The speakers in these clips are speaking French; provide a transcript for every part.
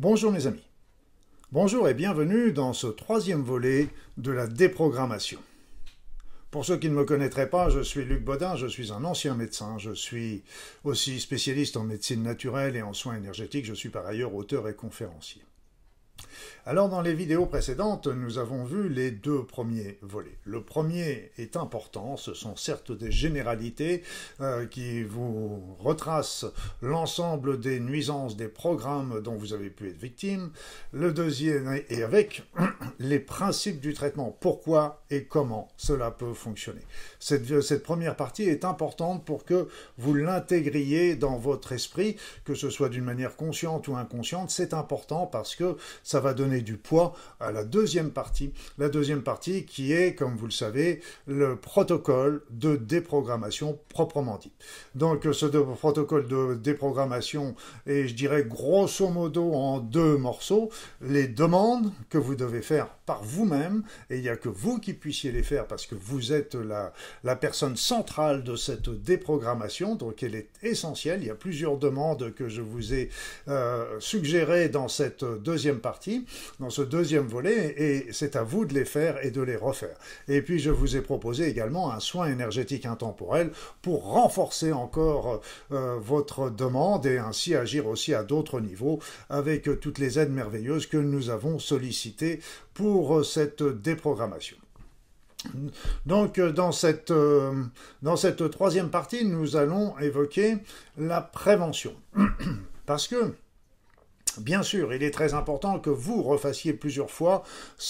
Bonjour mes amis. Bonjour et bienvenue dans ce troisième volet de la déprogrammation. Pour ceux qui ne me connaîtraient pas, je suis Luc Bodin, je suis un ancien médecin, je suis aussi spécialiste en médecine naturelle et en soins énergétiques, je suis par ailleurs auteur et conférencier. Alors dans les vidéos précédentes, nous avons vu les deux premiers volets. Le premier est important, ce sont certes des généralités qui vous retracent l'ensemble des nuisances des programmes dont vous avez pu être victime. Le deuxième est avec les principes du traitement, pourquoi et comment cela peut fonctionner. Cette première partie est importante pour que vous l'intégriez dans votre esprit, que ce soit d'une manière consciente ou inconsciente, c'est important parce que ça va donner du poids à la deuxième partie qui est, comme vous le savez, le protocole de déprogrammation proprement dit. Donc ce protocole de déprogrammation est, je dirais, grosso modo en deux morceaux, les demandes que vous devez faire par vous-même, et il n'y a que vous qui puissiez les faire parce que vous êtes la personne centrale de cette déprogrammation, donc elle est essentielle. Il y a plusieurs demandes que je vous ai suggérées dans cette deuxième partie, dans ce deuxième volet, et c'est à vous de les faire et de les refaire. Et puis je vous ai proposé également un soin énergétique intemporel pour renforcer encore votre demande et ainsi agir aussi à d'autres niveaux avec toutes les aides merveilleuses que nous avons sollicitées pour cette déprogrammation. Donc dans cette troisième partie, nous allons évoquer la prévention. Parce que bien sûr, il est très important que vous refassiez plusieurs fois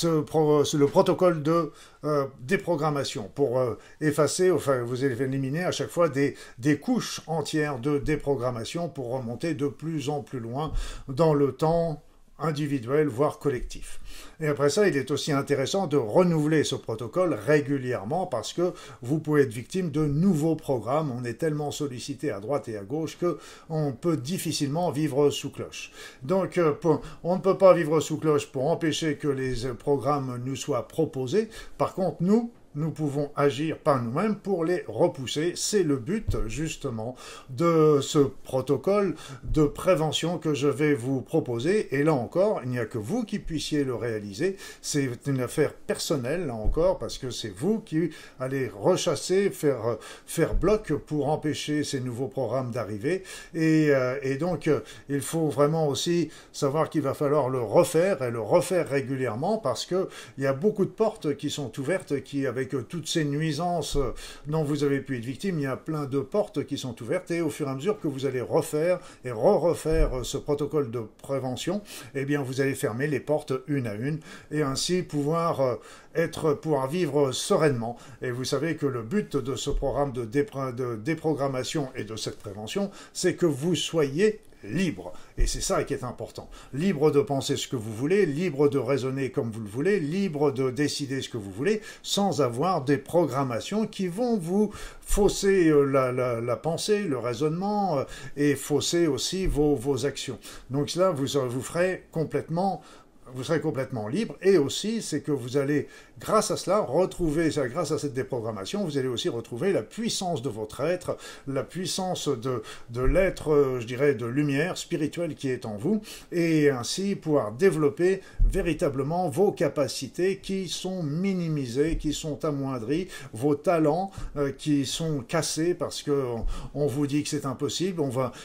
le protocole de déprogrammation pour effacer, enfin vous éliminer à chaque fois des couches entières de déprogrammation pour remonter de plus en plus loin dans le temps individuel, voire collectif. Et après ça, il est aussi intéressant de renouveler ce protocole régulièrement parce que vous pouvez être victime de nouveaux programmes. On est tellement sollicité à droite et à gauche qu'on peut difficilement vivre sous cloche. Donc, on ne peut pas vivre sous cloche pour empêcher que les programmes nous soient proposés. Par contre, nous pouvons agir par nous-mêmes pour les repousser. C'est le but, justement, de ce protocole de prévention que je vais vous proposer. Et là encore, il n'y a que vous qui puissiez le réaliser. C'est une affaire personnelle, là encore, parce que c'est vous qui allez rechasser, faire bloc pour empêcher ces nouveaux programmes d'arriver. Et donc, il faut vraiment aussi savoir qu'il va falloir le refaire et le refaire régulièrement parce qu'il y a beaucoup de portes qui sont ouvertes qui, avec toutes ces nuisances dont vous avez pu être victime, il y a plein de portes qui sont ouvertes et au fur et à mesure que vous allez refaire et refaire ce protocole de prévention, eh bien vous allez fermer les portes une à une et ainsi pouvoir vivre sereinement. Et vous savez que le but de ce programme de déprogrammation et de cette prévention, c'est que vous soyez libre. Et c'est ça qui est important. Libre de penser ce que vous voulez, libre de raisonner comme vous le voulez, libre de décider ce que vous voulez, sans avoir des programmations qui vont vous fausser la pensée, le raisonnement, et fausser aussi vos actions. Donc là, vous serez complètement libre et aussi c'est que vous allez grâce à cela retrouver, grâce à cette déprogrammation, vous allez aussi retrouver la puissance de votre être, la puissance de l'être, je dirais, de lumière spirituelle qui est en vous et ainsi pouvoir développer véritablement vos capacités qui sont minimisées, qui sont amoindries, vos talents qui sont cassés parce que on vous dit que c'est impossible,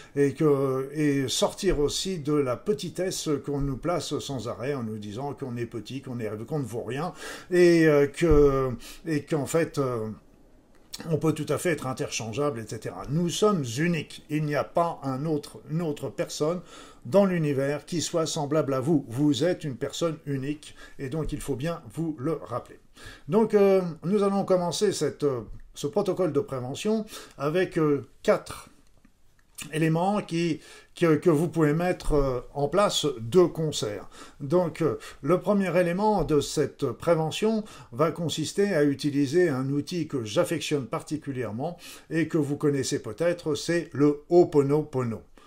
et sortir aussi de la petitesse qu'on nous place sans arrêt en nous disant qu'on est petit, qu'on ne vaut rien et qu'en fait on peut tout à fait être interchangeable, etc. Nous sommes uniques. Il n'y a pas une autre personne dans l'univers qui soit semblable à vous. Vous êtes une personne unique et donc il faut bien vous le rappeler. Donc nous allons commencer ce protocole de prévention avec 4 éléments que vous pouvez mettre en place de concert. Donc, le premier élément de cette prévention va consister à utiliser un outil que j'affectionne particulièrement et que vous connaissez peut-être, c'est le Ho'oponopono.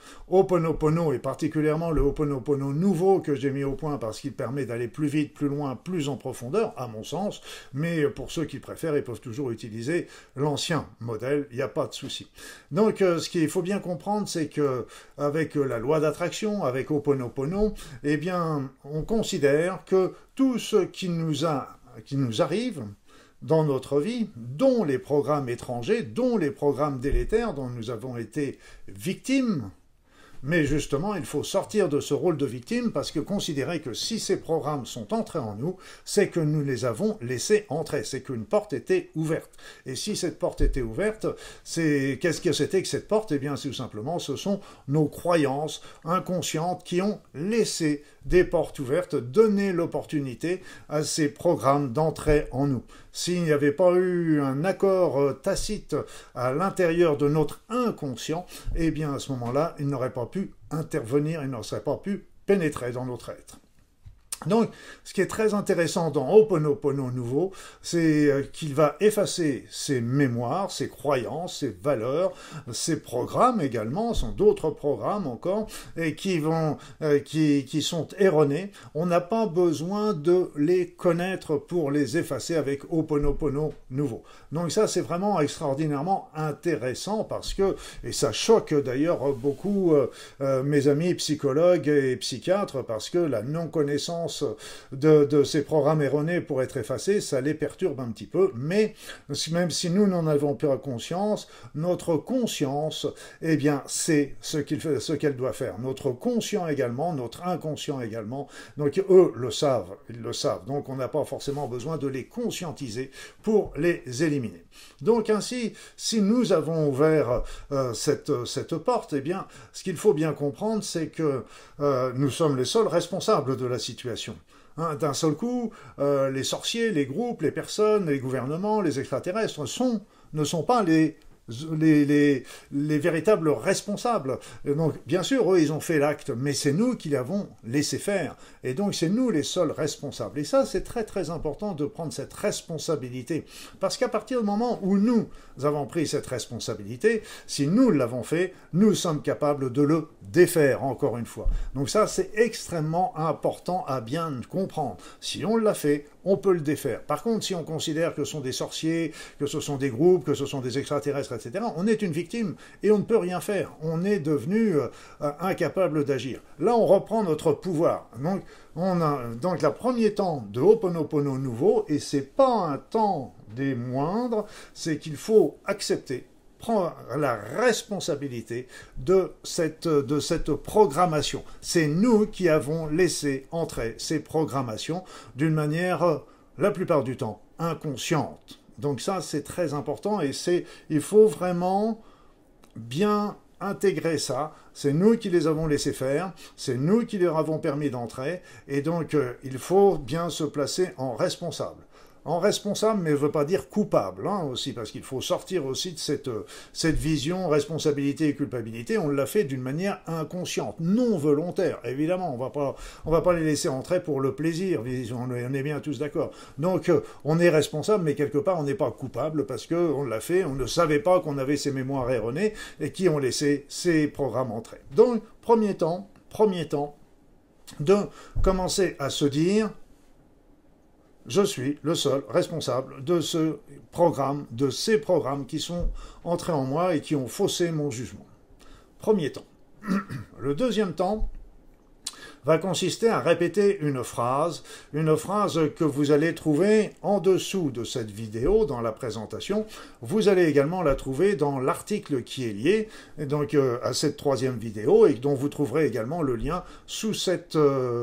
Ho'oponopono, et particulièrement le Ho'oponopono nouveau que j'ai mis au point parce qu'il permet d'aller plus vite, plus loin, plus en profondeur, à mon sens, mais pour ceux qui préfèrent, ils peuvent toujours utiliser l'ancien modèle, il n'y a pas de souci. Donc ce qu'il faut bien comprendre, c'est que avec la loi d'attraction, avec Ho'oponopono, eh bien, on considère que tout ce qui nous arrive dans notre vie, dont les programmes étrangers, dont les programmes délétères dont nous avons été victimes, mais justement, il faut sortir de ce rôle de victime parce que considérer que si ces programmes sont entrés en nous, c'est que nous les avons laissés entrer, c'est qu'une porte était ouverte. Et si cette porte était ouverte, qu'est-ce que c'était que cette porte? Eh bien, tout simplement, ce sont nos croyances inconscientes qui ont laissé des portes ouvertes, donné l'opportunité à ces programmes d'entrer en nous. S'il n'y avait pas eu un accord tacite à l'intérieur de notre inconscient, eh bien à ce moment-là, il n'aurait pas pu intervenir, il n'aurait pas pu pénétrer dans notre être. Donc, ce qui est très intéressant dans Ho'oponopono nouveau, c'est qu'il va effacer ses mémoires, ses croyances, ses valeurs, ses programmes également, sont d'autres programmes encore, et qui sont erronés. On n'a pas besoin de les connaître pour les effacer avec Ho'oponopono nouveau. Donc ça, c'est vraiment extraordinairement intéressant parce que, et ça choque d'ailleurs beaucoup mes amis psychologues et psychiatres, parce que la non-connaissance de ces programmes erronés pour être effacés, ça les perturbe un petit peu, mais même si nous n'en avons pas conscience, notre conscience, eh bien, c'est ce qu'elle doit faire. Notre conscient également, notre inconscient également, donc eux ils le savent, donc on n'a pas forcément besoin de les conscientiser pour les éliminer. Donc ainsi, si nous avons ouvert cette porte, eh bien, ce qu'il faut bien comprendre, c'est que nous sommes les seuls responsables de la situation. D'un seul coup, les sorciers, les groupes, les personnes, les gouvernements, les extraterrestres ne sont pas les véritables responsables. Et donc, bien sûr, eux, ils ont fait l'acte, mais c'est nous qui l'avons laissé faire. Et donc, c'est nous les seuls responsables. Et ça, c'est très, très important de prendre cette responsabilité. Parce qu'à partir du moment où nous avons pris cette responsabilité, si nous l'avons fait, nous sommes capables de le défaire, encore une fois. Donc ça, c'est extrêmement important à bien comprendre. Si on l'a fait, on peut le défaire. Par contre, si on considère que ce sont des sorciers, que ce sont des groupes, que ce sont des extraterrestres, etc., on est une victime et on ne peut rien faire. On est devenu incapable d'agir. Là, on reprend notre pouvoir. Donc, le premier temps de Ho'oponopono nouveau, et c'est pas un temps des moindres, c'est qu'il faut accepter, prendre la responsabilité de cette programmation. C'est nous qui avons laissé entrer ces programmations d'une manière, la plupart du temps, inconsciente. Donc ça, c'est très important et il faut vraiment bien intégrer ça. C'est nous qui les avons laissés faire, c'est nous qui leur avons permis d'entrer et donc il faut bien se placer en responsable. En responsable, mais ne veut pas dire coupable, aussi, parce qu'il faut sortir aussi de cette vision responsabilité et culpabilité. On l'a fait d'une manière inconsciente, non volontaire. Évidemment, on va pas les laisser entrer pour le plaisir. On est bien tous d'accord. Donc, on est responsable, mais quelque part, on n'est pas coupable parce que on l'a fait. On ne savait pas qu'on avait ces mémoires erronées et qui ont laissé ces programmes entrer. Donc, premier temps, de commencer à se dire. Je suis le seul responsable de ces programmes qui sont entrés en moi et qui ont faussé mon jugement. Premier temps. Le deuxième temps va consister à répéter une phrase que vous allez trouver en dessous de cette vidéo, dans la présentation. Vous allez également la trouver dans l'article qui est lié donc, à cette troisième vidéo et dont vous trouverez également le lien sous cette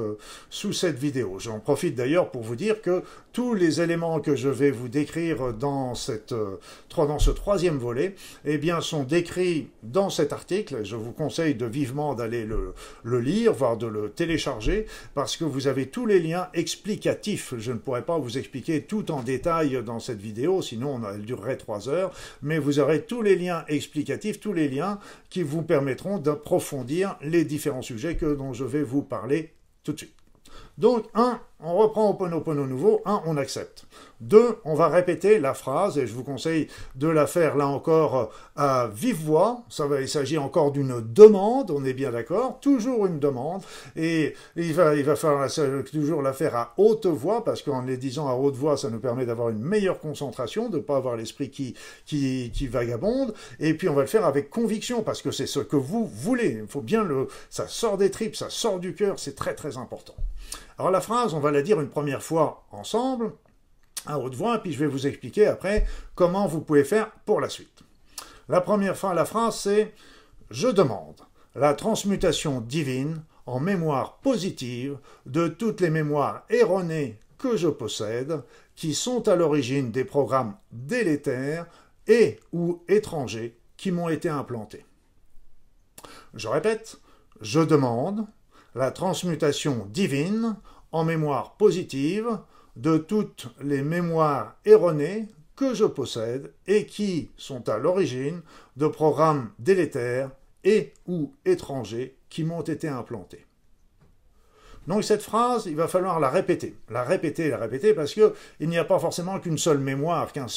vidéo. J'en profite d'ailleurs pour vous dire que tous les éléments que je vais vous décrire dans ce troisième volet eh bien, sont décrits dans cet article. Je vous conseille vivement d'aller le lire, voire de le télécharger, parce que vous avez tous les liens explicatifs. Je ne pourrais pas vous expliquer tout en détail dans cette vidéo, sinon elle durerait 3 heures, mais vous aurez tous les liens explicatifs, tous les liens qui vous permettront d'approfondir les différents sujets dont je vais vous parler tout de suite. Donc, on reprend Ho'oponopono nouveau, 1, on accepte. 2, on va répéter la phrase, et je vous conseille de la faire là encore à vive voix. Il s'agit encore d'une demande, on est bien d'accord, toujours une demande, et il va falloir toujours la faire à haute voix, parce qu'en les disant à haute voix, ça nous permet d'avoir une meilleure concentration, de ne pas avoir l'esprit qui vagabonde, et puis on va le faire avec conviction, parce que c'est ce que vous voulez. Il faut bien ça sort des tripes, ça sort du cœur, c'est très très important. Alors la phrase, on va la dire une première fois ensemble, à haute voix, puis je vais vous expliquer après comment vous pouvez faire pour la suite. La première fois, la phrase, c'est « Je demande la transmutation divine en mémoire positive de toutes les mémoires erronées que je possède, qui sont à l'origine des programmes délétères et ou étrangers qui m'ont été implantés. » Je répète, « Je demande la transmutation divine en mémoire positive de toutes les mémoires erronées que je possède et qui sont à l'origine de programmes délétères et ou étrangers qui m'ont été implantés. » Donc cette phrase, il va falloir la répéter, parce que il n'y a pas forcément qu'une seule mémoire, une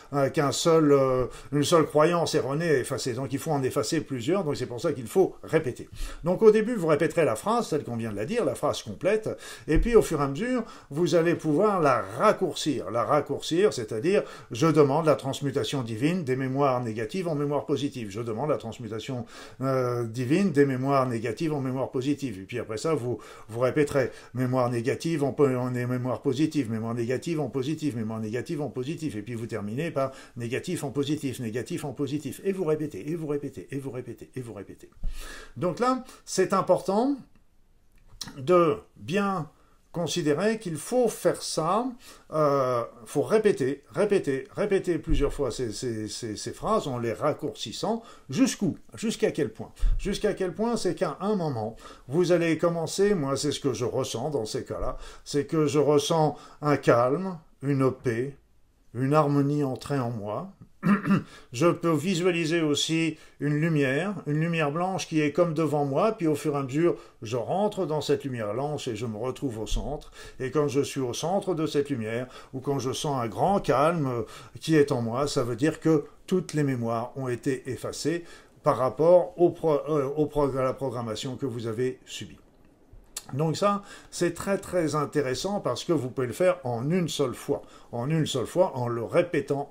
seule croyance erronée à effacer. Donc il faut en effacer plusieurs, donc c'est pour ça qu'il faut répéter. Donc au début, vous répéterez la phrase, telle qu'on vient de la dire, la phrase complète, et puis au fur et à mesure, vous allez pouvoir la raccourcir, c'est-à-dire je demande la transmutation divine des mémoires négatives en mémoire positive. Je demande la transmutation divine des mémoires négatives en mémoire positive. Et puis après ça, vous répéterez mémoire négative en mémoire positive, mémoire négative en positive, mémoire négative en positif, et puis vous terminez par négatif en positif, et vous répétez, et vous répétez, et vous répétez, et vous répétez. Donc là, c'est important de bien considérer qu'il faut faire ça, faut répéter plusieurs fois ces phrases en les raccourcissant. Jusqu'à quel point? Jusqu'à quel point, c'est qu'à un moment, vous allez commencer, moi c'est ce que je ressens dans ces cas-là, c'est que je ressens un calme, une paix, une harmonie entrer en moi. Je peux visualiser aussi une lumière blanche qui est comme devant moi, puis au fur et à mesure, je rentre dans cette lumière blanche et je me retrouve au centre. Et quand je suis au centre de cette lumière, ou quand je sens un grand calme qui est en moi, ça veut dire que toutes les mémoires ont été effacées par rapport à la programmation que vous avez subie. Donc ça, c'est très très intéressant parce que vous pouvez le faire en une seule fois, en le répétant.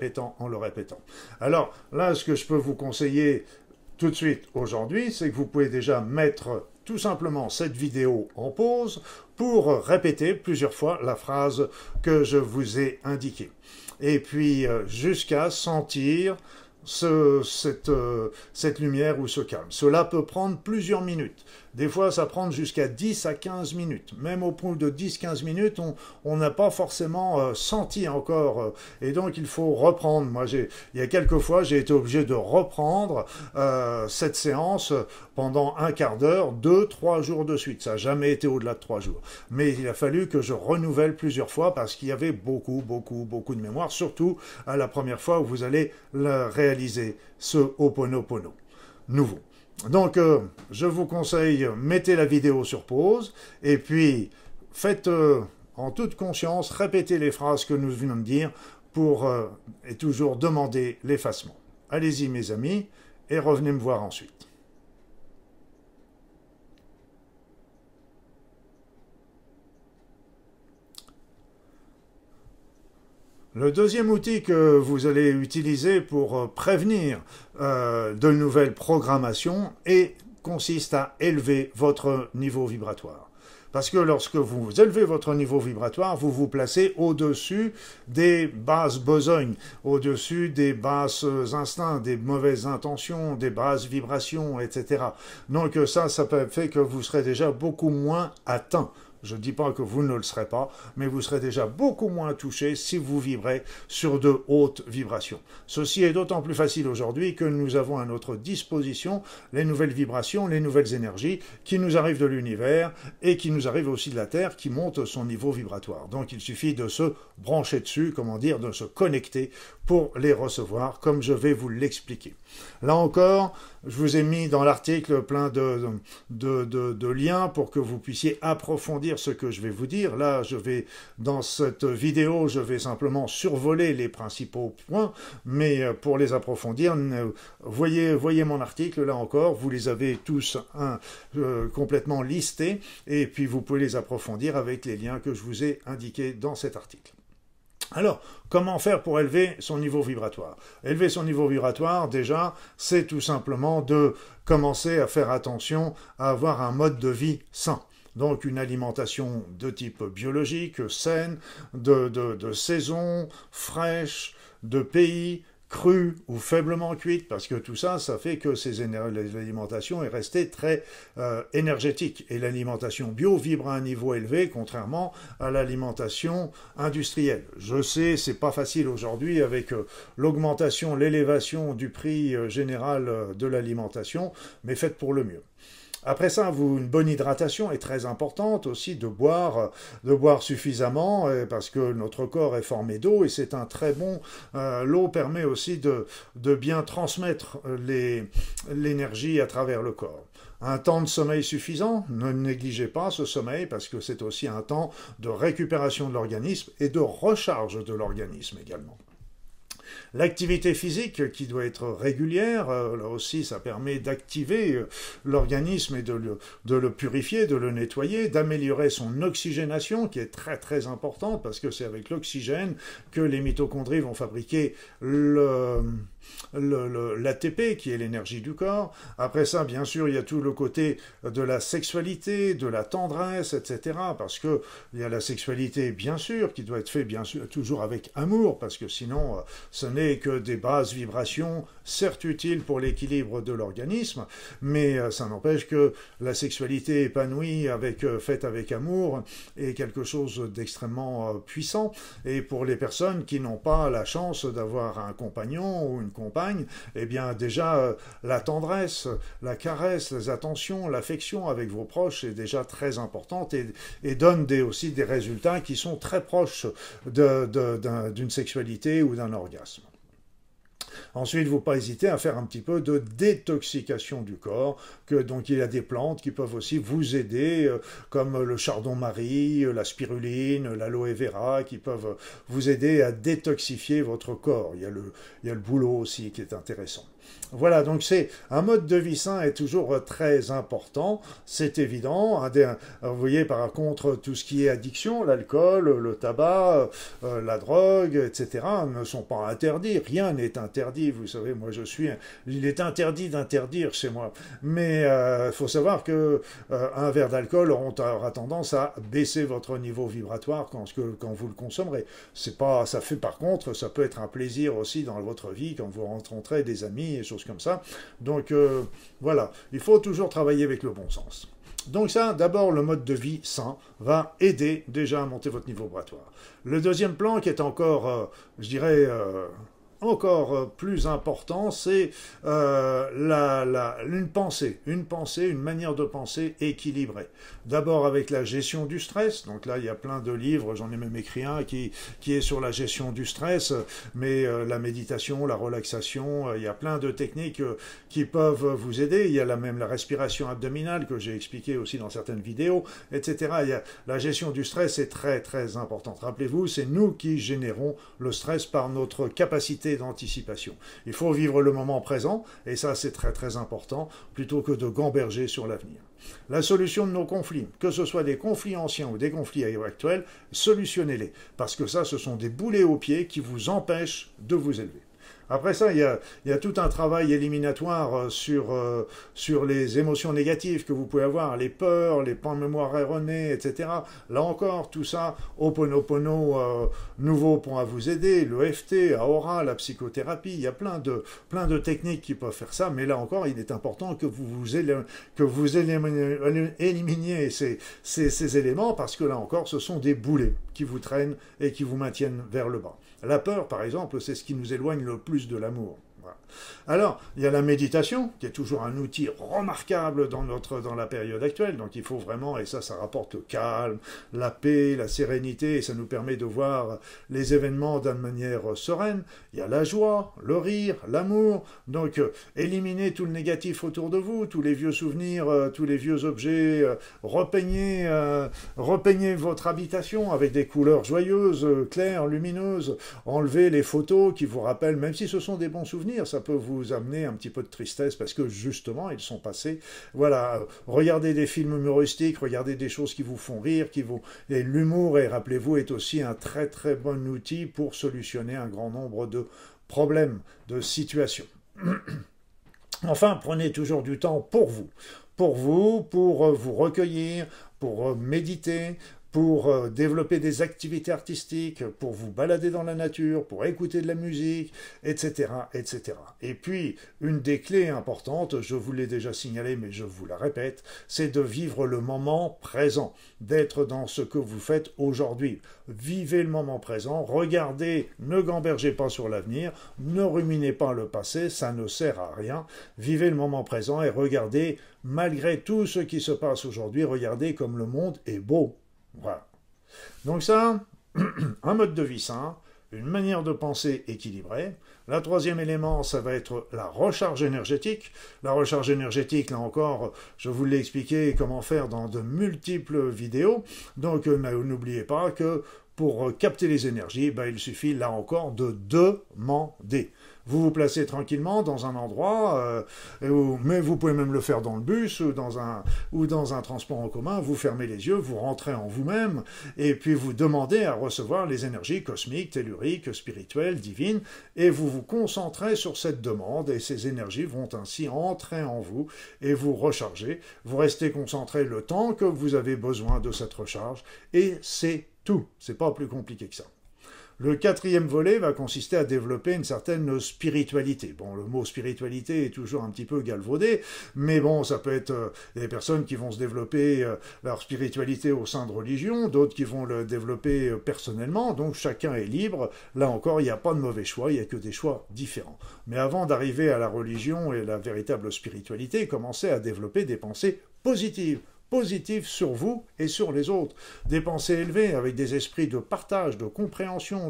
Alors là, ce que je peux vous conseiller tout de suite aujourd'hui, c'est que vous pouvez déjà mettre tout simplement cette vidéo en pause pour répéter plusieurs fois la phrase que je vous ai indiquée. Et puis jusqu'à sentir cette lumière ou ce calme. Cela peut prendre plusieurs minutes. Des fois, ça prend jusqu'à 10 à 15 minutes. Même au point de 10-15 minutes, on n'a pas forcément senti encore. Et donc, il faut reprendre. Moi, il y a quelques fois, j'ai été obligé de reprendre cette séance pendant un quart d'heure, 2-3 jours de suite. Ça n'a jamais été au-delà de 3 jours. Mais il a fallu que je renouvelle plusieurs fois parce qu'il y avait beaucoup de mémoire, surtout à la première fois où vous allez réaliser ce Ho'oponopono nouveau. Donc, je vous conseille, mettez la vidéo sur pause, et puis faites en toute conscience, répétez les phrases que nous venons de dire pour et toujours demander l'effacement. Allez-y mes amis, et revenez me voir ensuite. Le deuxième outil que vous allez utiliser pour prévenir de nouvelles programmations consiste à élever votre niveau vibratoire. Parce que lorsque vous élevez votre niveau vibratoire, vous vous placez au-dessus des basses besognes, au-dessus des basses instincts, des mauvaises intentions, des basses vibrations, etc. Donc ça fait que vous serez déjà beaucoup moins atteint. Je ne dis pas que vous ne le serez pas, mais vous serez déjà beaucoup moins touché si vous vibrez sur de hautes vibrations. Ceci est d'autant plus facile aujourd'hui que nous avons à notre disposition les nouvelles vibrations, les nouvelles énergies qui nous arrivent de l'univers et qui nous arrivent aussi de la Terre qui montent son niveau vibratoire. Donc il suffit de se brancher dessus, de se connecter pour les recevoir, comme je vais vous l'expliquer. Là encore, je vous ai mis dans l'article plein de liens pour que vous puissiez approfondir approfondir ce que je vais vous dire. Là, dans cette vidéo, je vais simplement survoler les principaux points, mais pour les approfondir, voyez mon article, là encore, vous les avez tous complètement listés, et puis vous pouvez les approfondir avec les liens que je vous ai indiqués dans cet article. Alors, comment faire pour élever son niveau vibratoire? Élever son niveau vibratoire, déjà, c'est tout simplement de commencer à faire attention à avoir un mode de vie sain. Donc une alimentation de type biologique, saine, de saison, fraîche, de pays, crue ou faiblement cuite, parce que tout ça, ça fait que l'alimentation est restée très énergétique. Et l'alimentation bio vibre à un niveau élevé, contrairement à l'alimentation industrielle. Je sais, c'est pas facile aujourd'hui avec l'augmentation, l'élévation du prix général de l'alimentation, mais faites pour le mieux. Après ça, une bonne hydratation est très importante aussi, de boire suffisamment, parce que notre corps est formé d'eau et c'est un très bon... l'eau permet aussi de bien transmettre l'énergie à travers le corps. Un temps de sommeil suffisant, ne négligez pas ce sommeil parce que c'est aussi un temps de récupération de l'organisme et de recharge de l'organisme également. L'activité physique qui doit être régulière, là aussi ça permet d'activer l'organisme et de le purifier, de le nettoyer, d'améliorer son oxygénation qui est très très importante parce que c'est avec l'oxygène que les mitochondries vont fabriquer l'ATP qui est l'énergie du corps. Après ça, bien sûr, il y a tout le côté de la sexualité, de la tendresse, etc. Parce que il y a la sexualité, bien sûr, qui doit être fait bien sûr toujours avec amour, parce que sinon, ce n'est que des basses vibrations, certes utiles pour l'équilibre de l'organisme, mais ça n'empêche que la sexualité épanouie, faite avec amour, est quelque chose d'extrêmement puissant. Et pour les personnes qui n'ont pas la chance d'avoir un compagnon ou une compagne, eh bien déjà la tendresse, la caresse, les attentions, l'affection avec vos proches est déjà très importante et donne aussi des résultats qui sont très proches d'une sexualité ou d'un orgasme. Ensuite, il ne faut pas hésiter à faire un petit peu de détoxication du corps, donc il y a des plantes qui peuvent aussi vous aider, comme le chardon-marie, la spiruline, l'aloe vera, qui peuvent vous aider à détoxifier votre corps. Il y a le bouleau aussi qui est intéressant. Voilà, donc c'est un mode de vie sain est toujours très important, c'est évident. Vous voyez, par contre, tout ce qui est addiction, l'alcool, le tabac, la drogue, etc., ne sont pas interdits. Rien n'est interdit. Vous savez, moi, il est interdit d'interdire chez moi. Mais il faut savoir que un verre d'alcool aura tendance à baisser votre niveau vibratoire quand vous le consommerez. Par contre, ça peut être un plaisir aussi dans votre vie quand vous rencontrez des amis et choses comme ça. Donc voilà, il faut toujours travailler avec le bon sens. Donc ça, d'abord, le mode de vie sain va aider déjà à monter votre niveau vibratoire. Le deuxième plan qui est encore, je dirais, encore plus important, c'est une pensée, une manière de penser équilibrée. D'abord avec la gestion du stress, donc là il y a plein de livres, j'en ai même écrit un qui est sur la gestion du stress, mais la méditation, la relaxation, il y a plein de techniques qui peuvent vous aider. Il y a même la respiration abdominale que j'ai expliqué aussi dans certaines vidéos, etc. La gestion du stress est très très importante. Rappelez-vous, c'est nous qui générons le stress par notre capacité d'anticipation. Il faut vivre le moment présent, et ça c'est très très important, plutôt que de gamberger sur l'avenir. La solution de nos conflits, que ce soit des conflits anciens ou des conflits actuels, solutionnez-les, parce que ça, ce sont des boulets aux pieds qui vous empêchent de vous élever. Après ça, il y a tout un travail éliminatoire sur les émotions négatives que vous pouvez avoir, les peurs, les plans de mémoire erronés, etc. Là encore, tout ça, Ho'oponopono, nouveau point à vous aider, le FT, Aura, la psychothérapie, il y a plein de techniques qui peuvent faire ça, mais là encore, il est important que vous éliminiez ces éléments, parce que là encore, ce sont des boulets qui vous traînent et qui vous maintiennent vers le bas. La peur, par exemple, c'est ce qui nous éloigne le plus de l'amour. Voilà. Alors, il y a la méditation, qui est toujours un outil remarquable dans la période actuelle. Donc il faut vraiment, et ça rapporte le calme, la paix, la sérénité, et ça nous permet de voir les événements d'une manière sereine. Il y a la joie, le rire, l'amour. Donc éliminez tout le négatif autour de vous, tous les vieux souvenirs, tous les vieux objets, repeignez votre habitation avec des couleurs joyeuses, claires, lumineuses. Enlevez les photos qui vous rappellent, même si ce sont des bons souvenirs, ça peut vous amener un petit peu de tristesse parce que justement ils sont passés. Voilà, regardez des films humoristiques, regardez des choses qui vous font rire, et l'humour, et rappelez-vous, est aussi un très très bon outil pour solutionner un grand nombre de problèmes, de situations. Enfin, prenez toujours du temps pour vous, pour vous recueillir, pour méditer, pour développer des activités artistiques, pour vous balader dans la nature, pour écouter de la musique, etc., etc. Et puis, une des clés importantes, je vous l'ai déjà signalé, mais je vous la répète, c'est de vivre le moment présent, d'être dans ce que vous faites aujourd'hui. Vivez le moment présent, regardez, ne gambergez pas sur l'avenir, ne ruminez pas le passé, ça ne sert à rien. Vivez le moment présent et regardez, malgré tout ce qui se passe aujourd'hui, regardez comme le monde est beau. Voilà. Donc ça, un mode de vie sain, une manière de penser équilibrée. Le troisième élément, ça va être la recharge énergétique. La recharge énergétique, là encore, je vous l'ai expliqué comment faire dans de multiples vidéos. Donc n'oubliez pas que pour capter les énergies, il suffit là encore de demander. Vous vous placez tranquillement dans un endroit, mais vous pouvez même le faire dans le bus ou dans un transport en commun, vous fermez les yeux, vous rentrez en vous-même, et puis vous demandez à recevoir les énergies cosmiques, telluriques, spirituelles, divines, et vous vous concentrez sur cette demande, et ces énergies vont ainsi entrer en vous et vous recharger. Vous restez concentré le temps que vous avez besoin de cette recharge, et c'est tout. C'est pas plus compliqué que ça. Le quatrième volet va consister à développer une certaine spiritualité. Bon, le mot spiritualité est toujours un petit peu galvaudé, mais bon, ça peut être des personnes qui vont se développer leur spiritualité au sein de religions, d'autres qui vont le développer personnellement, donc chacun est libre. Là encore, il n'y a pas de mauvais choix, il n'y a que des choix différents. Mais avant d'arriver à la religion et la véritable spiritualité, commencez à développer des pensées positives sur vous et sur les autres. Des pensées élevées avec des esprits de partage, de compréhension,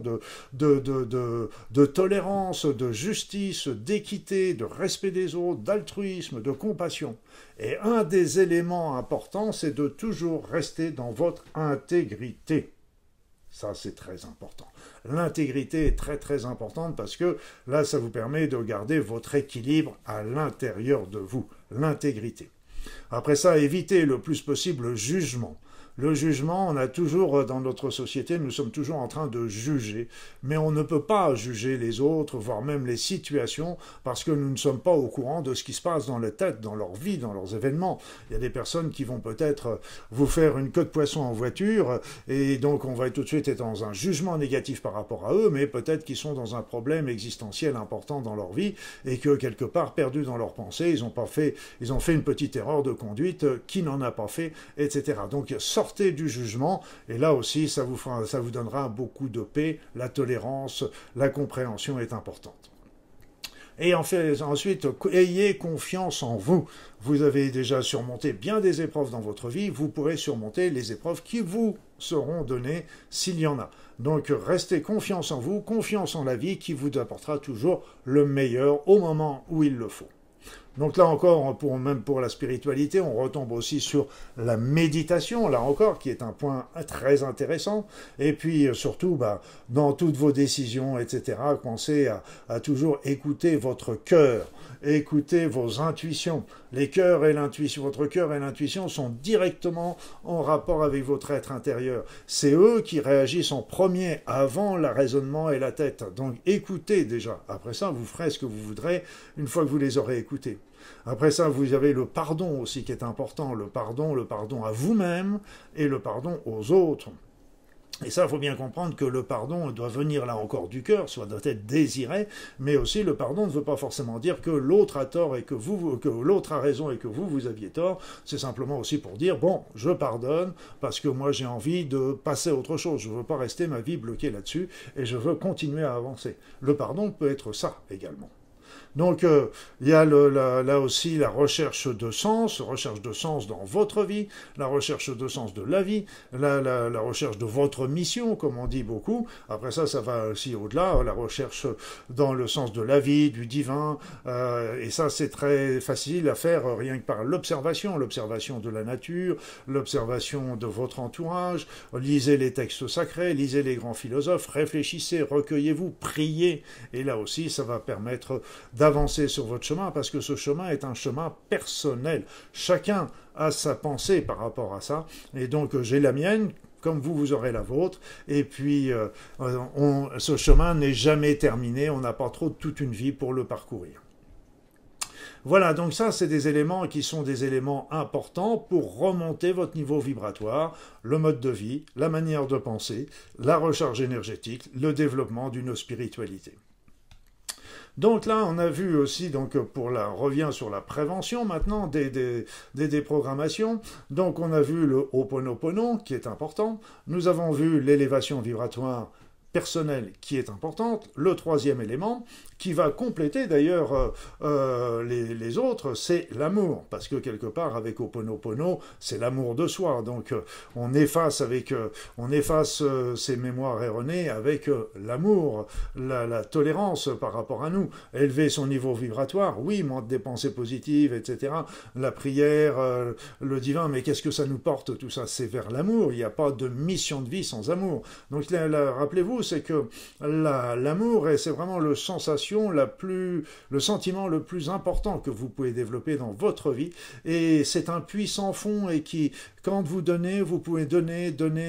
de tolérance, de justice, d'équité, de respect des autres, d'altruisme, de compassion. Et un des éléments importants, c'est de toujours rester dans votre intégrité. Ça, c'est très important. L'intégrité est très très importante parce que là, ça vous permet de garder votre équilibre à l'intérieur de vous. L'intégrité. Après ça, évitez le plus possible le jugement. Le jugement, on a toujours, dans notre société, nous sommes toujours en train de juger, mais on ne peut pas juger les autres, voire même les situations, parce que nous ne sommes pas au courant de ce qui se passe dans leur tête, dans leur vie, dans leurs événements. Il y a des personnes qui vont peut-être vous faire une queue de poisson en voiture, et donc on va tout de suite être dans un jugement négatif par rapport à eux, mais peut-être qu'ils sont dans un problème existentiel important dans leur vie, et que quelque part, perdus dans leurs pensées, ils ont fait une petite erreur de conduite, qui n'en a pas fait, etc. Donc, sortez du jugement, et là aussi, ça vous donnera beaucoup de paix, la tolérance, la compréhension est importante. Et ensuite, ayez confiance en vous. Vous avez déjà surmonté bien des épreuves dans votre vie, vous pourrez surmonter les épreuves qui vous seront données s'il y en a. Donc, restez confiance en vous, confiance en la vie qui vous apportera toujours le meilleur au moment où il le faut. Donc là encore, même pour la spiritualité, on retombe aussi sur la méditation, là encore, qui est un point très intéressant. Et puis surtout, dans toutes vos décisions, etc., pensez à toujours écouter votre cœur, écoutez vos intuitions. Les cœurs et l'intuition, votre cœur et l'intuition sont directement en rapport avec votre être intérieur. C'est eux qui réagissent en premier, avant le raisonnement et la tête. Donc écoutez déjà. Après ça, vous ferez ce que vous voudrez une fois que vous les aurez écoutés. Après ça, vous avez le pardon aussi qui est important. Le pardon à vous-même et le pardon aux autres. Et ça, il faut bien comprendre que le pardon doit venir là encore du cœur, soit doit être désiré, mais aussi le pardon ne veut pas forcément dire que l'autre a tort et que l'autre a raison et que vous aviez tort. C'est simplement aussi pour dire, bon, je pardonne parce que moi j'ai envie de passer à autre chose. Je ne veux pas rester ma vie bloquée là-dessus et je veux continuer à avancer. Le pardon peut être ça également. Donc, il y a là aussi la recherche de sens dans votre vie, la recherche de sens de la vie, la recherche de votre mission, comme on dit beaucoup. Après ça, ça va aussi au-delà, la recherche dans le sens de la vie, du divin, et ça, c'est très facile à faire rien que par l'observation de la nature, l'observation de votre entourage. Lisez les textes sacrés, lisez les grands philosophes, réfléchissez, recueillez-vous, priez, et là aussi, ça va permettre d'avancer sur votre chemin, parce que ce chemin est un chemin personnel. Chacun a sa pensée par rapport à ça, et donc j'ai la mienne, comme vous aurez la vôtre, et puis ce chemin n'est jamais terminé, on n'a pas trop toute une vie pour le parcourir. Voilà, donc ça, c'est des éléments qui sont des éléments importants pour remonter votre niveau vibratoire, le mode de vie, la manière de penser, la recharge énergétique, le développement d'une spiritualité. Donc là, on a vu aussi, revient sur la prévention maintenant des déprogrammations. Donc on a vu le Ho'oponopono qui est important. Nous avons vu l'élévation vibratoire personnelle qui est importante. Le troisième élément, qui va compléter d'ailleurs les autres, c'est l'amour. Parce que quelque part, avec Ho'oponopono, c'est l'amour de soi. Donc on efface ces mémoires erronées avec l'amour, la tolérance par rapport à nous. Élever son niveau vibratoire, oui, montre des pensées positives, etc. La prière, le divin, mais qu'est-ce que ça nous porte tout ça? C'est vers l'amour. Il n'y a pas de mission de vie sans amour. Donc rappelez-vous, c'est que l'amour, c'est vraiment le sentiment le plus important que vous pouvez développer dans votre vie, et c'est un puits sans fond, et qui, quand vous donnez, vous pouvez donner,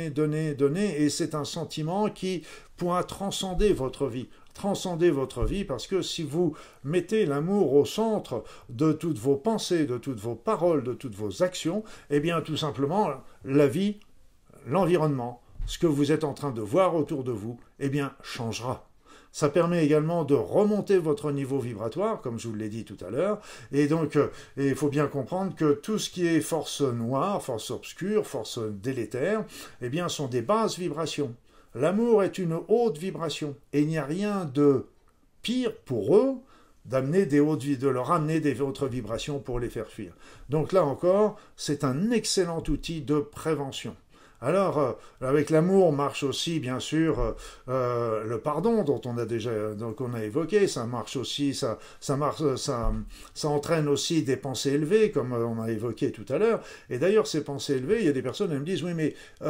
et c'est un sentiment qui pourra transcender votre vie, parce que si vous mettez l'amour au centre de toutes vos pensées, de toutes vos paroles, de toutes vos actions, eh bien tout simplement, la vie, l'environnement, ce que vous êtes en train de voir autour de vous, eh bien, changera. Ça permet également de remonter votre niveau vibratoire, comme je vous l'ai dit tout à l'heure, et donc il faut bien comprendre que tout ce qui est force noire, force obscure, force délétère, eh bien, sont des basses vibrations. L'amour est une haute vibration, et il n'y a rien de pire pour eux de leur amener des autres vibrations pour les faire fuir. Donc là encore, c'est un excellent outil de prévention. Alors, avec l'amour marche aussi, bien sûr, le pardon dont on a évoqué. Ça marche aussi, ça entraîne aussi des pensées élevées, comme on a évoqué tout à l'heure. Et d'ailleurs, ces pensées élevées, il y a des personnes qui me disent, oui, mais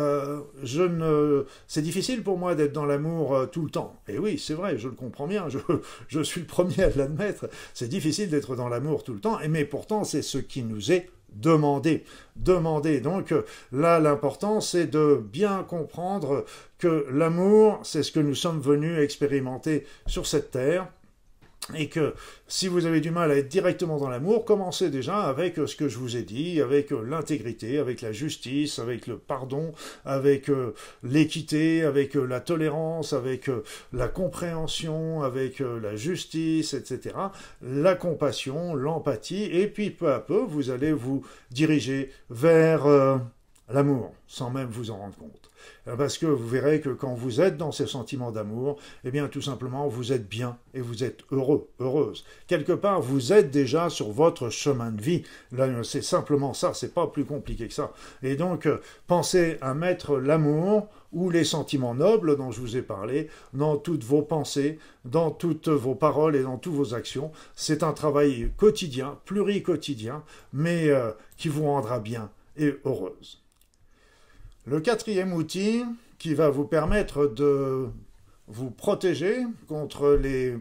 c'est difficile pour moi d'être dans l'amour tout le temps. Et oui, c'est vrai, je le comprends bien. Je suis le premier à l'admettre. C'est difficile d'être dans l'amour tout le temps, mais pourtant, c'est ce qui nous est demandez. Donc là, l'important, c'est de bien comprendre que l'amour, c'est ce que nous sommes venus expérimenter sur cette terre, et que si vous avez du mal à être directement dans l'amour, commencez déjà avec ce que je vous ai dit, avec l'intégrité, avec la justice, avec le pardon, avec l'équité, avec la tolérance, avec la compréhension, avec la justice, etc. La compassion, l'empathie, et puis peu à peu, vous allez vous diriger vers l'amour, sans même vous en rendre compte. Parce que vous verrez que quand vous êtes dans ces sentiments d'amour, eh bien tout simplement vous êtes bien et vous êtes heureux, heureuse. Quelque part, vous êtes déjà sur votre chemin de vie. Là, c'est simplement ça, c'est pas plus compliqué que ça. Et donc, pensez à mettre l'amour ou les sentiments nobles dont je vous ai parlé dans toutes vos pensées, dans toutes vos paroles et dans toutes vos actions. C'est un travail quotidien, pluriquotidien, mais qui vous rendra bien et heureuse. Le quatrième outil qui va vous permettre de vous protéger contre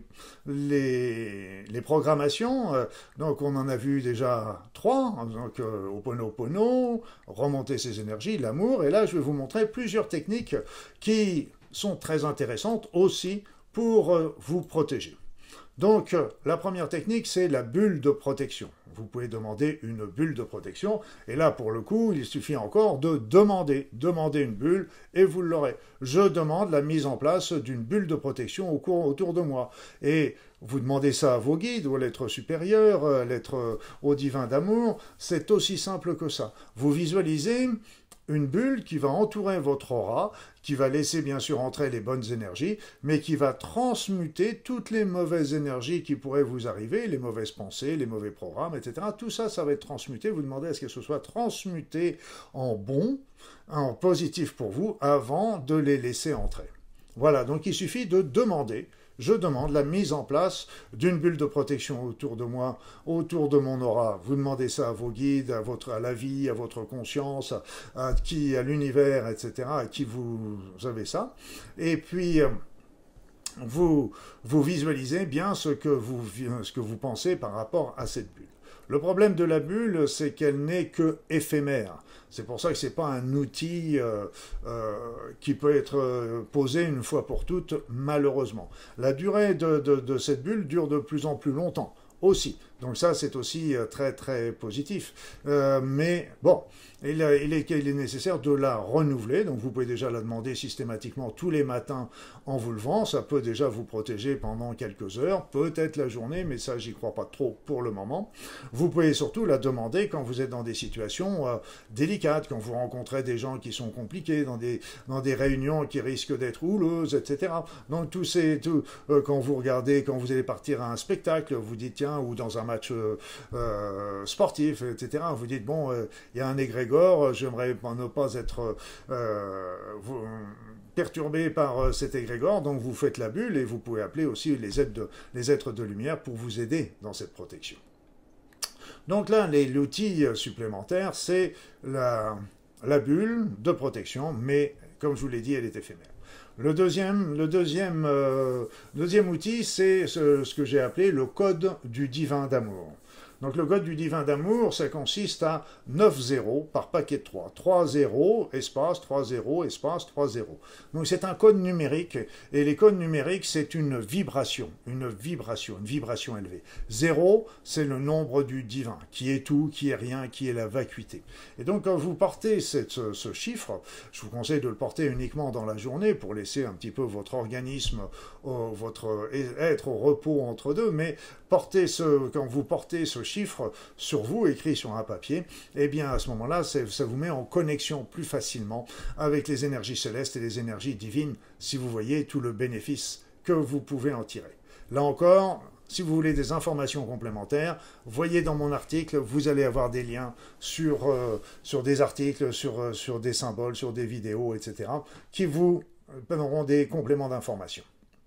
les programmations, donc on en a vu déjà 3, donc Ho'oponopono, remonter ses énergies, l'amour, et là je vais vous montrer plusieurs techniques qui sont très intéressantes aussi pour vous protéger. Donc, la première technique, c'est la bulle de protection. Vous pouvez demander une bulle de protection, et là, pour le coup, il suffit encore de demander une bulle, et vous l'aurez. Je demande la mise en place d'une bulle de protection autour de moi. Et vous demandez ça à vos guides, ou à l'être supérieur, l'être au divin d'amour, c'est aussi simple que ça. Vous visualisez une bulle qui va entourer votre aura, qui va laisser bien sûr entrer les bonnes énergies, mais qui va transmuter toutes les mauvaises énergies qui pourraient vous arriver, les mauvaises pensées, les mauvais programmes, etc. Tout ça, ça va être transmuté. Vous demandez à ce que ce soit transmuté en bon, en positif pour vous, avant de les laisser entrer. Voilà, donc il suffit de demander. Je demande la mise en place d'une bulle de protection autour de moi, autour de mon aura. Vous demandez ça à vos guides, à la vie, à votre conscience, à l'univers, etc., à qui vous avez ça. Et puis, vous visualisez bien ce que vous pensez par rapport à cette bulle. Le problème de la bulle, c'est qu'elle n'est que éphémère. C'est pour ça que ce n'est pas un outil qui peut être posé une fois pour toutes, malheureusement. La durée de cette bulle dure de plus en plus longtemps aussi. Donc ça, c'est aussi très très positif. Mais bon, il est nécessaire de la renouveler. Donc vous pouvez déjà la demander systématiquement tous les matins en vous levant. Ça peut déjà vous protéger pendant quelques heures, peut-être la journée, mais ça, j'y crois pas trop pour le moment. Vous pouvez surtout la demander quand vous êtes dans des situations délicates, quand vous rencontrez des gens qui sont compliqués, dans des réunions qui risquent d'être houleuses, etc. Donc quand vous regardez, quand vous allez partir à un spectacle, vous dites tiens, ou dans un match sportif, etc. Vous dites bon, il y a un égrégore, j'aimerais ne pas être perturbé par cet égrégore, donc vous faites la bulle et vous pouvez appeler aussi les êtres de lumière pour vous aider dans cette protection. Donc là, l'outil supplémentaire, c'est la bulle de protection, mais comme je vous l'ai dit, elle est éphémère. Le deuxième outil, c'est ce que j'ai appelé le code du divin d'amour. Donc le code du divin d'amour, ça consiste à 9 zéros par paquet de 3. 3 zéros, espace, 3 zéros, espace, 3 zéros. Donc c'est un code numérique, et les codes numériques, c'est une vibration élevée. 0, c'est le nombre du divin, qui est tout, qui est rien, qui est la vacuité. Et donc quand vous portez ce chiffre, je vous conseille de le porter uniquement dans la journée pour laisser un petit peu votre organisme, votre être au repos entre deux, mais quand vous portez ce chiffre sur vous, écrit sur un papier, eh bien à ce moment-là, ça vous met en connexion plus facilement avec les énergies célestes et les énergies divines, si vous voyez tout le bénéfice que vous pouvez en tirer. Là encore, si vous voulez des informations complémentaires, voyez dans mon article, vous allez avoir des liens sur des articles, sur des symboles, sur des vidéos, etc., qui vous donneront des compléments d'informations.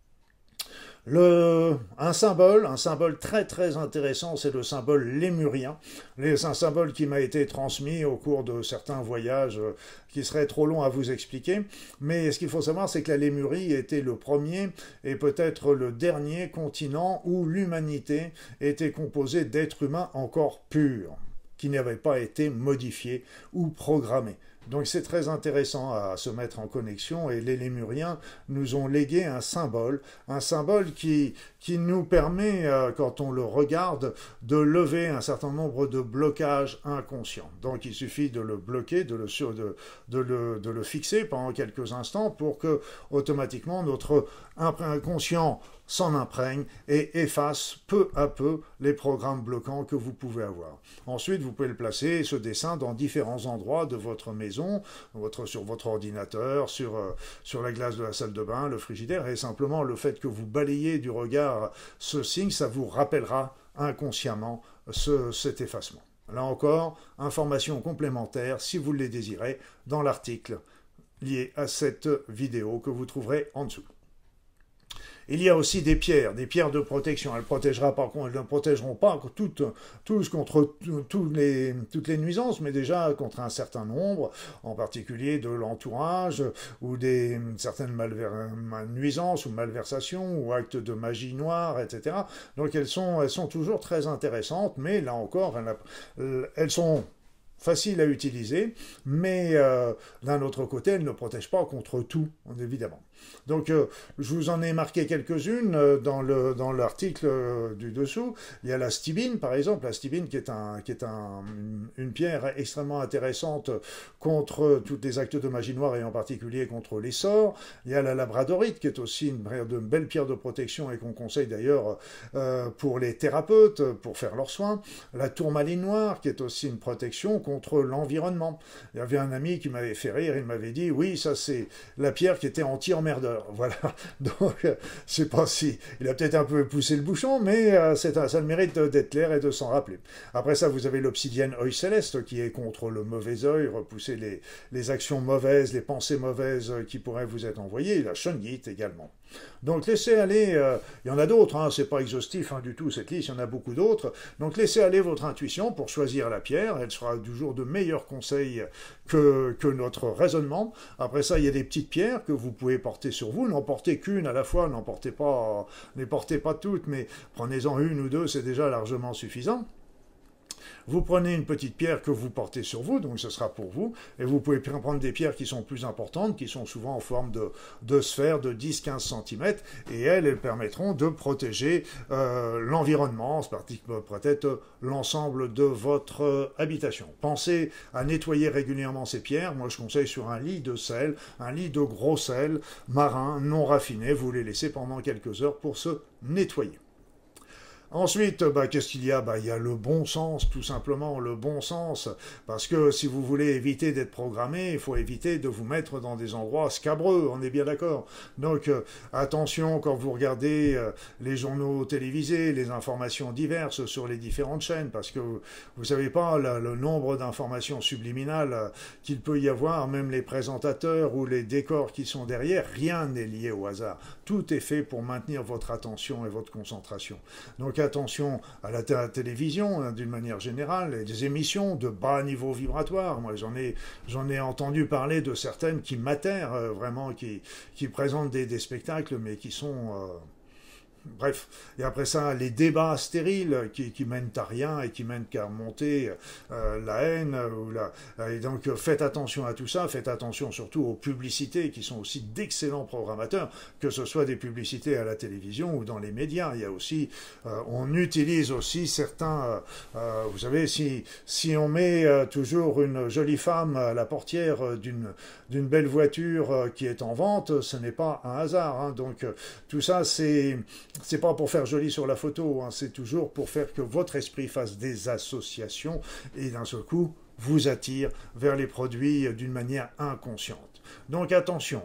Un symbole très très intéressant, c'est le symbole lémurien. C'est un symbole qui m'a été transmis au cours de certains voyages qui seraient trop longs à vous expliquer. Mais ce qu'il faut savoir, c'est que la Lémurie était le premier et peut-être le dernier continent où l'humanité était composée d'êtres humains encore purs, qui n'avaient pas été modifiés ou programmés. Donc c'est très intéressant à se mettre en connexion, et les Lémuriens nous ont légué un symbole qui nous permet, quand on le regarde, de lever un certain nombre de blocages inconscients. Donc il suffit de le bloquer, de le fixer pendant quelques instants pour que automatiquement notre inconscient s'en imprègne et efface peu à peu les programmes bloquants que vous pouvez avoir. Ensuite, vous pouvez le placer, ce dessin, dans différents endroits de votre maison, sur votre ordinateur, sur la glace de la salle de bain, le frigidaire, et simplement le fait que vous balayez du regard ce signe, ça vous rappellera inconsciemment cet effacement. Là encore, informations complémentaires, si vous les désirez, dans l'article lié à cette vidéo que vous trouverez en dessous. Il y a aussi des pierres de protection. Elles ne protégeront pas tous contre toutes les nuisances, mais déjà contre un certain nombre, en particulier de l'entourage, ou certaines nuisances ou malversations, ou actes de magie noire, etc. Donc elles sont toujours très intéressantes, mais là encore, elles sont faciles à utiliser, mais d'un autre côté, elles ne protègent pas contre tout, évidemment. Donc, je vous en ai marqué quelques-unes dans l'article du dessous. Il y a la stibine, par exemple, la stibine qui est une pierre extrêmement intéressante contre tous les actes de magie noire et en particulier contre les sorts. Il y a la labradorite qui est aussi une belle pierre de protection et qu'on conseille d'ailleurs pour les thérapeutes, pour faire leurs soins. La tourmaline noire qui est aussi une protection contre l'environnement. Il y avait un ami qui m'avait fait rire, il m'avait dit oui, ça c'est la pierre qui était anti-emmerdeur. Voilà. Donc, je sais pas si il a peut-être un peu poussé le bouchon, mais ça a le mérite d'être clair et de s'en rappeler. Après ça, vous avez l'obsidienne œil céleste qui est contre le mauvais œil, repousser les actions mauvaises, les pensées mauvaises qui pourraient vous être envoyées. Et la shungite également. Donc laissez aller, il y en a d'autres, hein, c'est pas exhaustif du tout cette liste, il y en a beaucoup d'autres. Donc laissez aller votre intuition pour choisir la pierre, elle sera toujours de meilleurs conseils que notre raisonnement. Après ça, il y a des petites pierres que vous pouvez porter sur vous, n'en portez qu'une à la fois, ne les portez pas toutes, mais prenez-en une ou deux, c'est déjà largement suffisant. Vous prenez une petite pierre que vous portez sur vous, donc ce sera pour vous, et vous pouvez prendre des pierres qui sont plus importantes, qui sont souvent en forme de sphère de 10-15 cm, et elles permettront de protéger l'environnement, peut-être l'ensemble de votre habitation. Pensez à nettoyer régulièrement ces pierres. Moi, je conseille sur un lit de sel, un lit de gros sel marin, non raffiné, vous les laissez pendant quelques heures pour se nettoyer. Ensuite, qu'est-ce qu'il y a? Il y a le bon sens, tout simplement, le bon sens. Parce que si vous voulez éviter d'être programmé, il faut éviter de vous mettre dans des endroits scabreux, on est bien d'accord. Donc, attention quand vous regardez les journaux télévisés, les informations diverses sur les différentes chaînes, parce que vous ne savez pas le nombre d'informations subliminales qu'il peut y avoir, même les présentateurs ou les décors qui sont derrière, rien n'est lié au hasard. Tout est fait pour maintenir votre attention et votre concentration. Donc, attention à la télévision, d'une manière générale, et des émissions de bas niveau vibratoire. Moi, j'en ai entendu parler de certaines qui m'atterrent, vraiment, qui présentent des spectacles, mais qui sont... Bref, et après ça, les débats stériles qui mènent à rien et qui mènent qu'à remonter la haine. Et donc faites attention à tout ça, faites attention surtout aux publicités qui sont aussi d'excellents programmateurs, que ce soit des publicités à la télévision ou dans les médias. Il y a aussi, on utilise aussi certains, vous savez, si on met toujours une jolie femme à la portière d'une belle voiture qui est en vente, ce n'est pas un hasard. Hein. Donc tout ça, c'est pas pour faire joli sur la photo, hein, c'est toujours pour faire que votre esprit fasse des associations et d'un seul coup vous attire vers les produits d'une manière inconsciente. Donc attention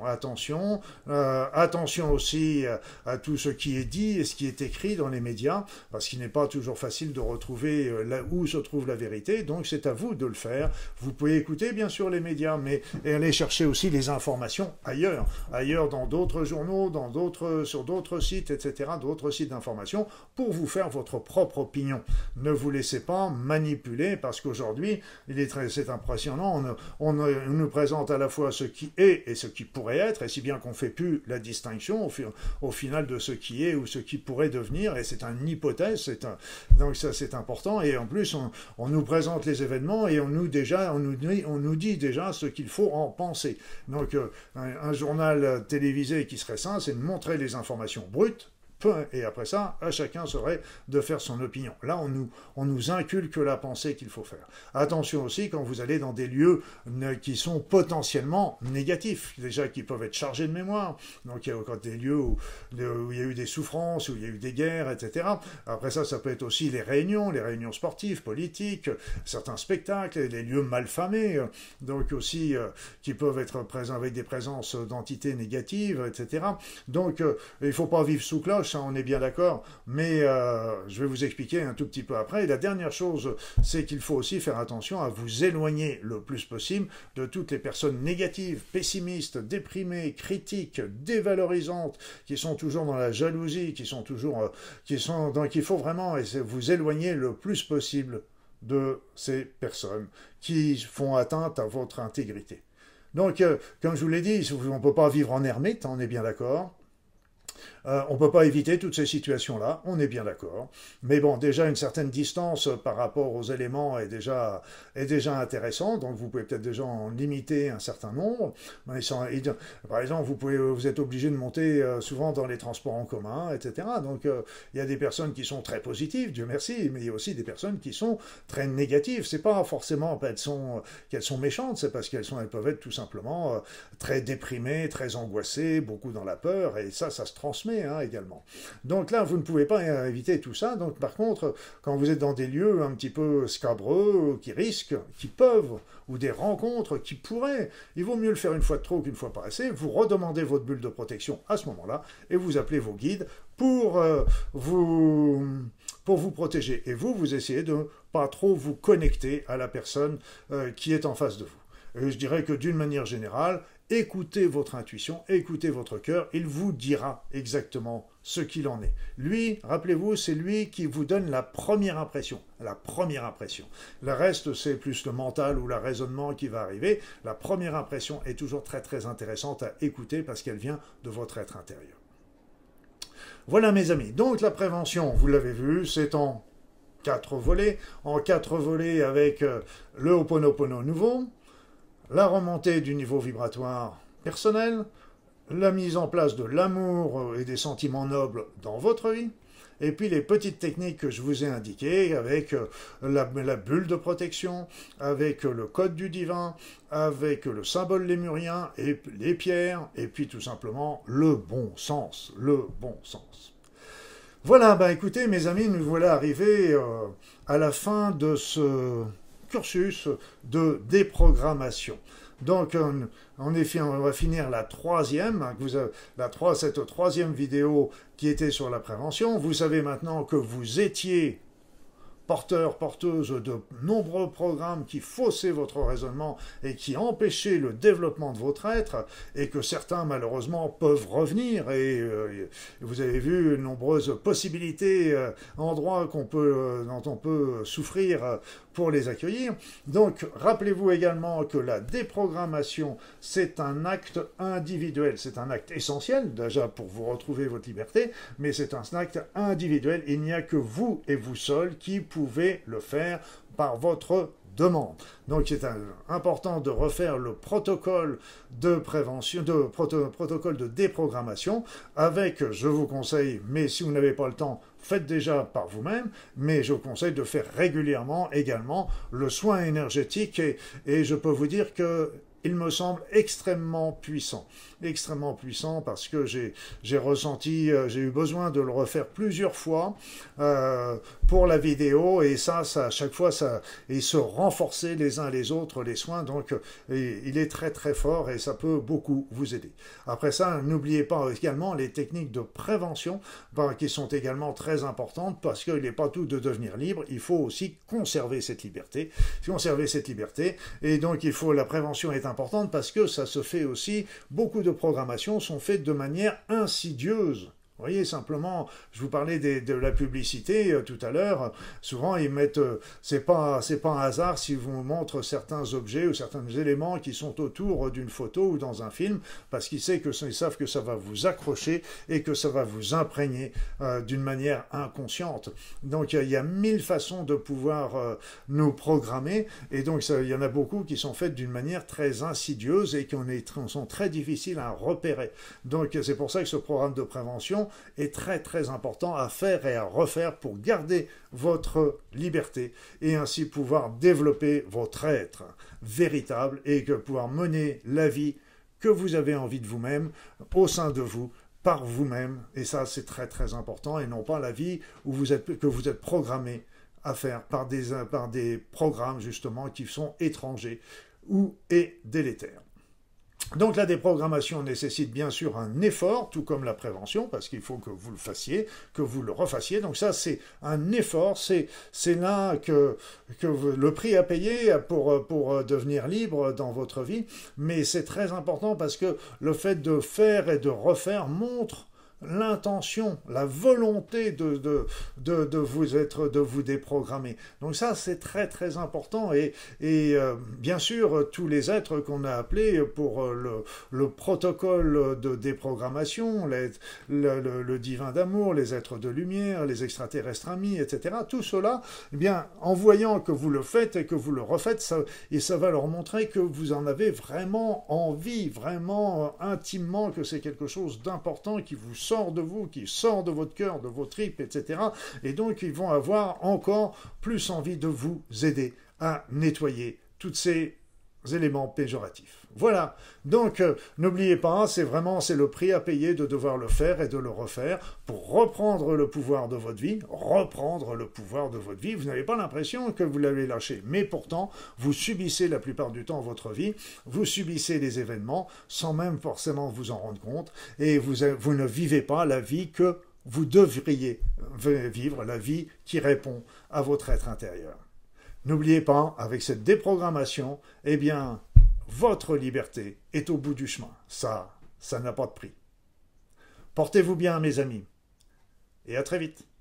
aussi à tout ce qui est dit et ce qui est écrit dans les médias, parce qu'il n'est pas toujours facile de retrouver où se trouve la vérité, donc c'est à vous de le faire. Vous pouvez écouter bien sûr les médias, mais aller chercher aussi les informations ailleurs dans d'autres journaux, sur d'autres sites, etc., d'autres sites d'information, pour vous faire votre propre opinion. Ne vous laissez pas manipuler, parce qu'aujourd'hui, c'est impressionnant, on nous présente à la fois ce qui est et ce qui pourrait être, et si bien qu'on ne fait plus la distinction au final de ce qui est ou ce qui pourrait devenir, et c'est une hypothèse, donc ça c'est important, et en plus on nous présente les événements et on nous dit déjà ce qu'il faut en penser. Donc un journal télévisé qui serait sain, c'est de montrer les informations brutes, et après ça, à chacun serait de faire son opinion. Là, on nous inculque la pensée qu'il faut faire. Attention aussi quand vous allez dans des lieux qui sont potentiellement négatifs, déjà qui peuvent être chargés de mémoire. Donc il y a encore des lieux où il y a eu des souffrances, où il y a eu des guerres, etc. Après ça, ça peut être aussi les réunions sportives, politiques, certains spectacles, les lieux malfamés, donc aussi qui peuvent être présents avec des présences d'entités négatives, etc. Donc il ne faut pas vivre sous cloche, on est bien d'accord, mais je vais vous expliquer un tout petit peu après. Et la dernière chose, c'est qu'il faut aussi faire attention à vous éloigner le plus possible de toutes les personnes négatives, pessimistes, déprimées, critiques, dévalorisantes, qui sont toujours dans la jalousie, donc il faut vraiment vous éloigner le plus possible de ces personnes qui font atteinte à votre intégrité. Donc, comme je vous l'ai dit, on ne peut pas vivre en ermite, on est bien d'accord. On ne peut pas éviter toutes ces situations-là, on est bien d'accord. Mais bon, déjà une certaine distance par rapport aux éléments est déjà intéressant, donc vous pouvez peut-être déjà en limiter un certain nombre. Par exemple, vous êtes obligé de monter souvent dans les transports en commun, etc. Donc il y a des personnes qui sont très positives, Dieu merci, mais il y a aussi des personnes qui sont très négatives. C'est pas forcément qu'elles sont méchantes, c'est parce qu'elles peuvent être tout simplement très déprimées, très angoissées, beaucoup dans la peur, et ça se transmet également. Donc là, vous ne pouvez pas éviter tout ça. Donc par contre, quand vous êtes dans des lieux un petit peu scabreux, qui risquent, qui peuvent, ou des rencontres qui pourraient, il vaut mieux le faire une fois de trop qu'une fois pas assez. Vous redemandez votre bulle de protection à ce moment-là, et vous appelez vos guides pour vous protéger. Et vous essayez de pas trop vous connecter à la personne qui est en face de vous. Et je dirais que d'une manière générale, écoutez votre intuition, écoutez votre cœur, il vous dira exactement ce qu'il en est. Lui, rappelez-vous, c'est lui qui vous donne la première impression. La première impression. Le reste, c'est plus le mental ou le raisonnement qui va arriver. La première impression est toujours très très intéressante à écouter parce qu'elle vient de votre être intérieur. Voilà mes amis, donc la prévention, vous l'avez vu, c'est en 4 volets. En 4 volets avec le Ho'oponopono nouveau, la remontée du niveau vibratoire personnel, la mise en place de l'amour et des sentiments nobles dans votre vie, et puis les petites techniques que je vous ai indiquées avec la bulle de protection, avec le code du divin, avec le symbole lémurien, et les pierres, et puis tout simplement le bon sens, le bon sens. Voilà, écoutez mes amis, nous voilà arrivés à la fin de ce cursus de déprogrammation. Donc, on va finir la troisième, cette troisième vidéo qui était sur la prévention. Vous savez maintenant que vous étiez porteuse de nombreux programmes qui faussaient votre raisonnement et qui empêchaient le développement de votre être, et que certains, malheureusement, peuvent revenir. Et vous avez vu nombreuses possibilités, endroits dont on peut souffrir pour les accueillir. Donc, rappelez-vous également que la déprogrammation, c'est un acte individuel. C'est un acte essentiel, déjà, pour vous retrouver votre liberté, mais c'est un acte individuel. Il n'y a que vous et vous seul qui pouvez le faire par votre demande. Donc c'est important de refaire le protocole de prévention, protocole de déprogrammation avec, je vous conseille, mais si vous n'avez pas le temps, faites déjà par vous-même, mais je vous conseille de faire régulièrement également le soin énergétique et je peux vous dire que il me semble extrêmement puissant parce que j'ai eu besoin de le refaire plusieurs fois pour la vidéo, et ça à chaque fois, et se renforcer les uns les autres, les soins, donc il est très très fort et ça peut beaucoup vous aider. Après ça, n'oubliez pas également les techniques de prévention qui sont également très importantes, parce qu'il n'est pas tout de devenir libre, il faut aussi conserver cette liberté, et donc la prévention est importante parce que ça se fait aussi, beaucoup de programmations sont faites de manière insidieuse. Vous voyez, simplement, je vous parlais de la publicité tout à l'heure. Souvent, ils mettent, c'est pas un hasard s'ils vous montrent certains objets ou certains éléments qui sont autour d'une photo ou dans un film, parce qu'ils savent que ça va vous accrocher et que ça va vous imprégner d'une manière inconsciente. Donc, il y a 1000 façons de pouvoir nous programmer, et donc il y en a beaucoup qui sont faites d'une manière très insidieuse et qui sont très difficiles à repérer. Donc, c'est pour ça que ce programme de prévention est très très important à faire et à refaire pour garder votre liberté et ainsi pouvoir développer votre être véritable et pouvoir mener la vie que vous avez envie de vous-même, au sein de vous, par vous-même, et ça c'est très très important, et non pas la vie que vous êtes programmé à faire par des programmes justement qui sont étrangers et délétères. Donc la déprogrammation nécessite bien sûr un effort, tout comme la prévention, parce qu'il faut que vous le fassiez, que vous le refassiez. Donc ça, c'est un effort, c'est là que le prix à payer pour devenir libre dans votre vie. Mais c'est très important parce que le fait de faire et de refaire montre l'intention, la volonté de vous déprogrammer. Donc ça, c'est très très important. Et bien sûr, tous les êtres qu'on a appelés pour le protocole de déprogrammation, le divin d'amour, les êtres de lumière, les extraterrestres amis, etc., tout cela, eh bien, en voyant que vous le faites et que vous le refaites, ça va leur montrer que vous en avez vraiment envie, vraiment intimement, que c'est quelque chose d'important qui vous sort de vous, qui sort de votre cœur, de vos tripes, etc. Et donc, ils vont avoir encore plus envie de vous aider à nettoyer tous ces éléments péjoratifs. Voilà, donc n'oubliez pas, c'est le prix à payer de devoir le faire et de le refaire pour reprendre le pouvoir de votre vie, Vous n'avez pas l'impression que vous l'avez lâché, mais pourtant, vous subissez la plupart du temps votre vie, vous subissez les événements sans même forcément vous en rendre compte, et vous ne vivez pas la vie que vous devriez vivre, la vie qui répond à votre être intérieur. N'oubliez pas, avec cette déprogrammation, eh bien, votre liberté est au bout du chemin. Ça n'a pas de prix. Portez-vous bien, mes amis, et à très vite.